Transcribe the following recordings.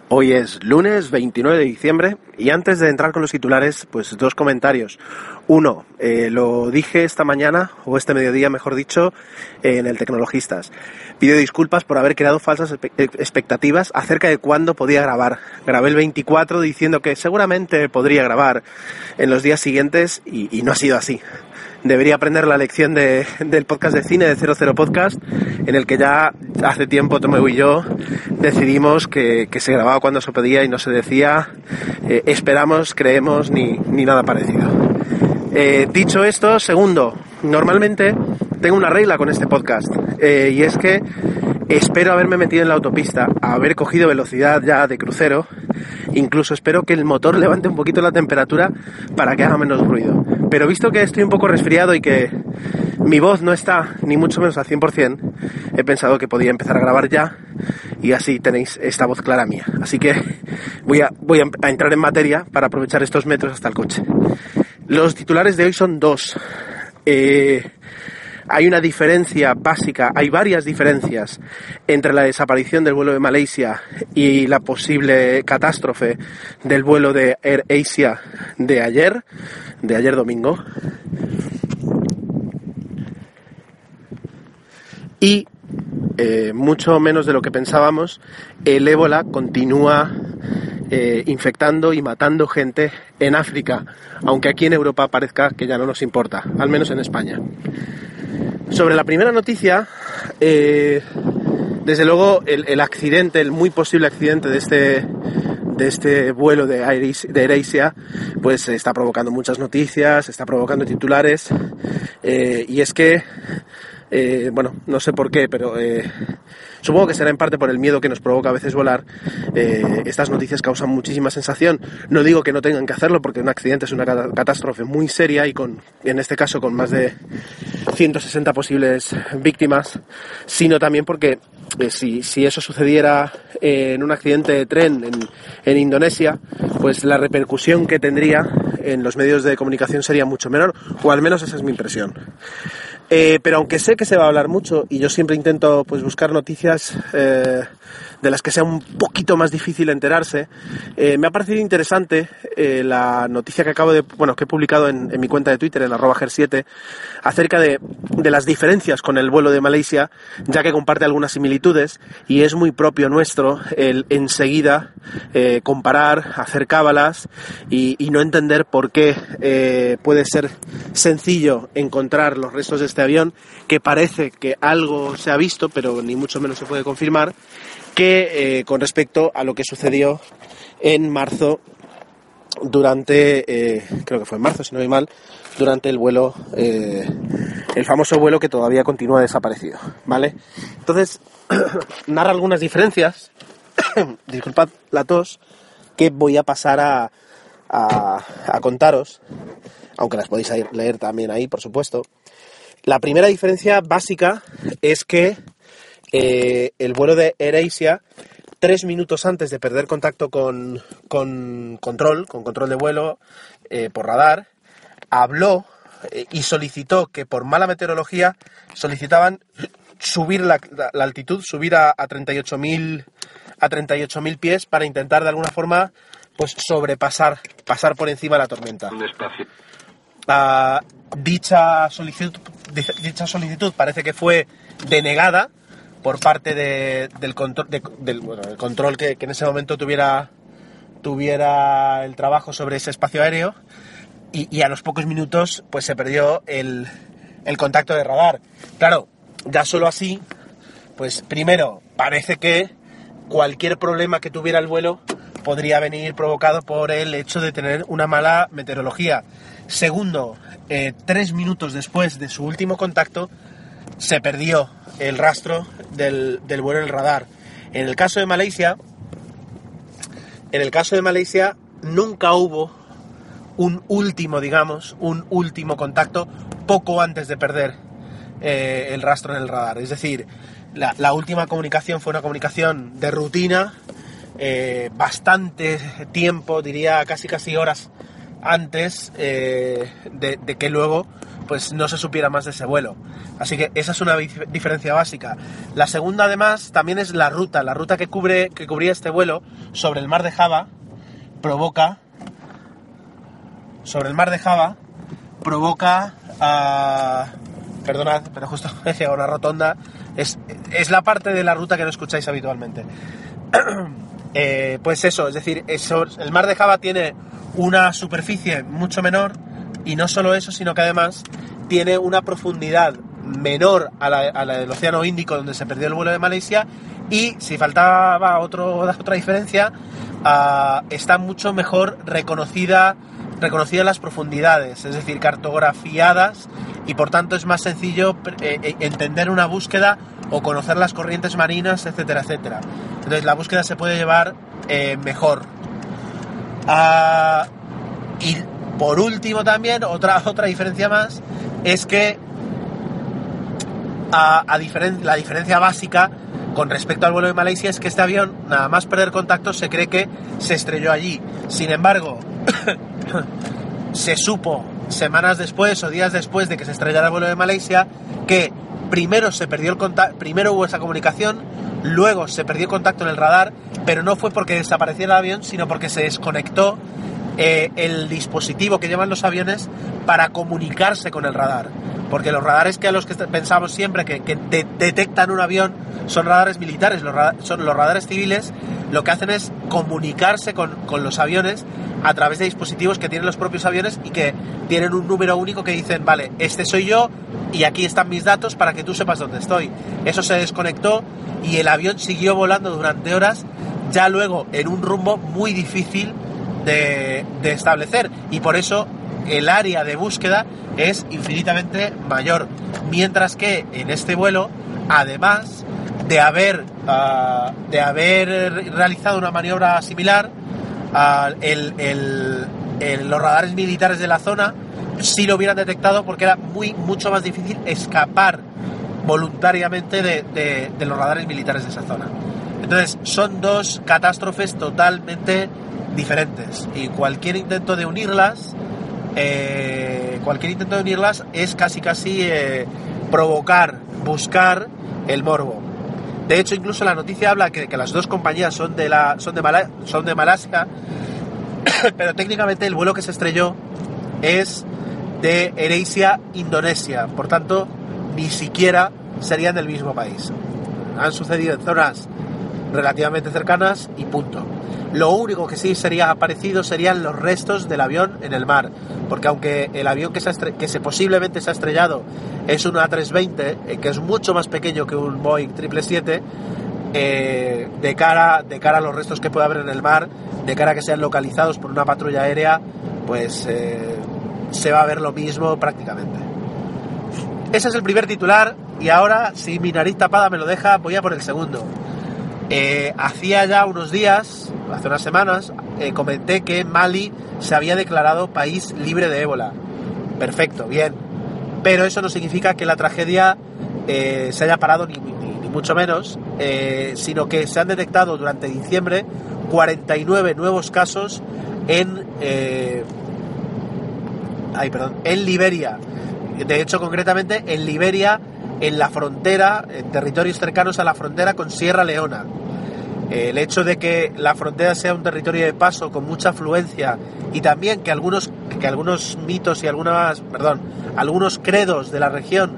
Hoy es lunes 29 de diciembre y antes de entrar con los titulares, pues dos comentarios. Uno, lo dije esta mañana, o este mediodía mejor dicho, en el Tecnologistas. Pido disculpas por haber creado falsas expectativas acerca de cuándo podía grabar. Grabé el 24 diciendo que seguramente podría grabar en los días siguientes y no ha sido así. Debería aprender la lección del podcast de cine, de 00 Podcast, en el que ya hace tiempo Tomeu y yo decidimos que se grababa cuando se pedía y no se decía esperamos, creemos, ni nada parecido. Dicho esto, segundo, normalmente tengo una regla con este podcast, y es que espero haberme metido en la autopista, haber cogido velocidad ya de crucero, incluso espero que el motor levante un poquito la temperatura para que haga menos ruido. Pero visto que estoy un poco resfriado y que mi voz no está ni mucho menos al 100%, he pensado que podía empezar a grabar ya y así tenéis esta voz clara mía. Así que voy a entrar en materia para aprovechar estos metros hasta el coche. Los titulares de hoy son dos. Hay una diferencia básica, hay varias diferencias entre la desaparición del vuelo de Malaysia y la posible catástrofe del vuelo de AirAsia de ayer domingo. Y mucho menos de lo que pensábamos, el ébola continúa infectando y matando gente en África, aunque aquí en Europa parezca que ya no nos importa, al menos en España. Sobre la primera noticia, desde luego el accidente, el muy posible accidente de este vuelo de AirAsia, pues está provocando muchas noticias, está provocando titulares, y es que, no sé por qué, pero supongo que será en parte por el miedo que nos provoca a veces volar. Estas noticias causan muchísima sensación. No digo que no tengan que hacerlo, porque un accidente es una catástrofe muy seria y en este caso con más de 160 posibles víctimas, sino también porque si eso sucediera en un accidente de tren en Indonesia, pues la repercusión que tendría en los medios de comunicación sería mucho menor, o al menos esa es mi impresión. Pero aunque sé que se va a hablar mucho y yo siempre intento pues buscar noticias de las que sea un poquito más difícil enterarse, me ha parecido interesante la noticia que que he publicado en mi cuenta de Twitter, en @ger7, acerca de las diferencias con el vuelo de Malaysia, ya que comparte algunas similitudes y es muy propio nuestro el enseguida comparar, hacer cábalas y no entender por qué puede ser sencillo encontrar los restos de este avión, que parece que algo se ha visto, pero ni mucho menos se puede confirmar, que con respecto a lo que sucedió en marzo durante, creo que fue en marzo si no voy mal, durante el vuelo, el famoso vuelo que todavía continúa desaparecido, ¿vale? Entonces, narra algunas diferencias, disculpad la tos, que voy a pasar a contaros, aunque las podéis leer también ahí, por supuesto. La primera diferencia básica es que el vuelo de AirAsia, 3 minutos antes de perder contacto con control de vuelo por radar, habló y solicitó que por mala meteorología solicitaban subir la altitud, subir a 38.000 pies para intentar de alguna forma pues pasar por encima de la tormenta. Despacio. Dicha solicitud parece que fue denegada por parte del control que en ese momento tuviera el trabajo sobre ese espacio aéreo, y a los pocos minutos pues se perdió el contacto de radar. Claro, ya solo así, pues primero parece que cualquier problema que tuviera el vuelo podría venir provocado por el hecho de tener una mala meteorología. Segundo, 3 minutos después de su último contacto se perdió el rastro del vuelo en el radar. En el caso de Malaysia nunca hubo un último contacto poco antes de perder el rastro en el radar. Es decir, la última comunicación fue una comunicación de rutina, bastante tiempo, diría casi horas antes de que luego pues no se supiera más de ese vuelo. Así que esa es una diferencia básica. La segunda, además, también es la ruta que cubría este vuelo sobre el mar de Java provoca perdonad, pero justo he llegado a una rotonda. Es la parte de la ruta que no escucháis habitualmente. Pues eso, es decir, el mar de Java tiene una superficie mucho menor, y no solo eso, sino que además tiene una profundidad menor a la del Océano Índico, donde se perdió el vuelo de Malasia, y si faltaba otra diferencia, está mucho mejor reconocidas las profundidades, es decir, cartografiadas, y por tanto es más sencillo entender una búsqueda o conocer las corrientes marinas, etcétera, etcétera. Entonces la búsqueda se puede llevar mejor. Y por último también, otra diferencia más, es que la diferencia básica con respecto al vuelo de Malasia es que este avión, nada más perder contacto, se cree que se estrelló allí. Sin embargo, se supo semanas después o días después de que se estrellara el vuelo de Malasia que primero se perdió el contacto, primero hubo esa comunicación, luego se perdió el contacto en el radar, pero no fue porque desapareciera el avión, sino porque se desconectó el dispositivo que llevan los aviones para comunicarse con el radar. Porque los radares que a los que pensamos siempre que detectan un avión son radares militares, los radares civiles lo que hacen es comunicarse con los aviones a través de dispositivos que tienen los propios aviones y que tienen un número único que dicen, vale, este soy yo y aquí están mis datos para que tú sepas dónde estoy. Eso se desconectó y el avión siguió volando durante horas, ya luego en un rumbo muy difícil de establecer, y por eso el área de búsqueda es infinitamente mayor, mientras que en este vuelo, además de haber realizado una maniobra similar, los radares militares de la zona sí lo hubieran detectado, porque era mucho más difícil escapar voluntariamente de los radares militares de esa zona. Entonces son dos catástrofes totalmente diferentes, y cualquier intento de unirlas es casi buscar el morbo. De hecho, incluso la noticia habla que las dos compañías son de Malasia, pero técnicamente el vuelo que se estrelló es de AirAsia, Indonesia, por tanto ni siquiera serían del mismo país. Han sucedido en zonas relativamente cercanas y punto. Lo único que sí sería parecido serían los restos del avión en el mar, porque aunque el avión que posiblemente se ha estrellado es un A320, que es mucho más pequeño que un Boeing 777, de cara a los restos que pueda haber en el mar, de cara a que sean localizados por una patrulla aérea, pues se va a ver lo mismo prácticamente. Ese es el primer titular, y ahora, si mi nariz tapada me lo deja, voy a por el segundo. Hacía ya unos días, hace unas semanas, comenté que Mali se había declarado país libre de ébola. Perfecto, bien. Pero eso no significa que la tragedia se haya parado, ni mucho menos, sino que se han detectado durante diciembre 49 nuevos casos en Liberia. De hecho, concretamente en Liberia, en la frontera, en territorios cercanos a la frontera con Sierra Leona. El hecho de que la frontera sea un territorio de paso con mucha afluencia, y también que algunos mitos y algunos credos de la región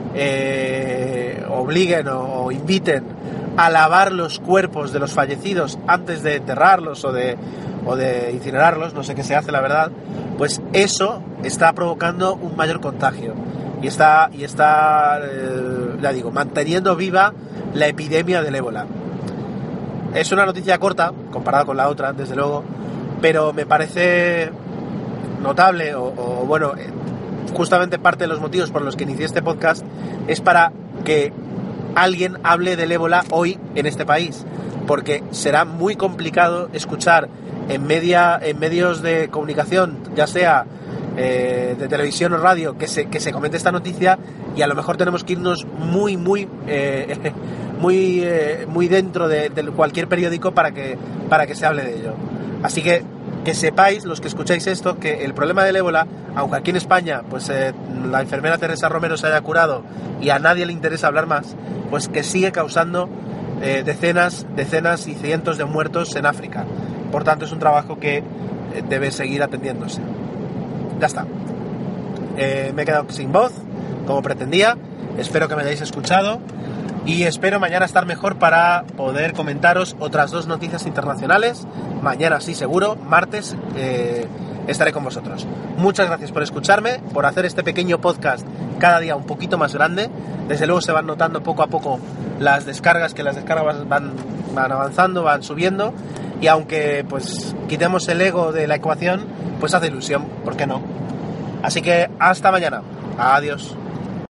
obliguen o inviten a lavar los cuerpos de los fallecidos antes de enterrarlos o de incinerarlos, no sé qué se hace, la verdad, pues eso está provocando un mayor contagio y está manteniendo viva la epidemia del ébola. Es una noticia corta comparada con la otra, desde luego, pero me parece notable, justamente parte de los motivos por los que inicié este podcast es para que alguien hable del ébola hoy en este país, porque será muy complicado escuchar en medios de comunicación, ya sea de televisión o radio, que se comente esta noticia, y a lo mejor tenemos que irnos muy dentro de cualquier periódico para que se hable de ello. Así que que sepáis, los que escucháis esto, que el problema del ébola, aunque aquí en España pues la enfermera Teresa Romero se haya curado y a nadie le interesa hablar más, pues que sigue causando decenas y cientos de muertos en África. Por tanto, es un trabajo que debe seguir atendiéndose. Ya está. Me he quedado sin voz, como pretendía. Espero que me hayáis escuchado y espero mañana estar mejor para poder comentaros otras 2 noticias internacionales. Mañana sí, seguro. Martes estaré con vosotros. Muchas gracias por escucharme, por hacer este pequeño podcast cada día un poquito más grande. Desde luego se van notando poco a poco las descargas, que las descargas van avanzando, van subiendo, y aunque pues quitemos el ego de la ecuación, pues hace ilusión, ¿por qué no? Así que hasta mañana. Adiós.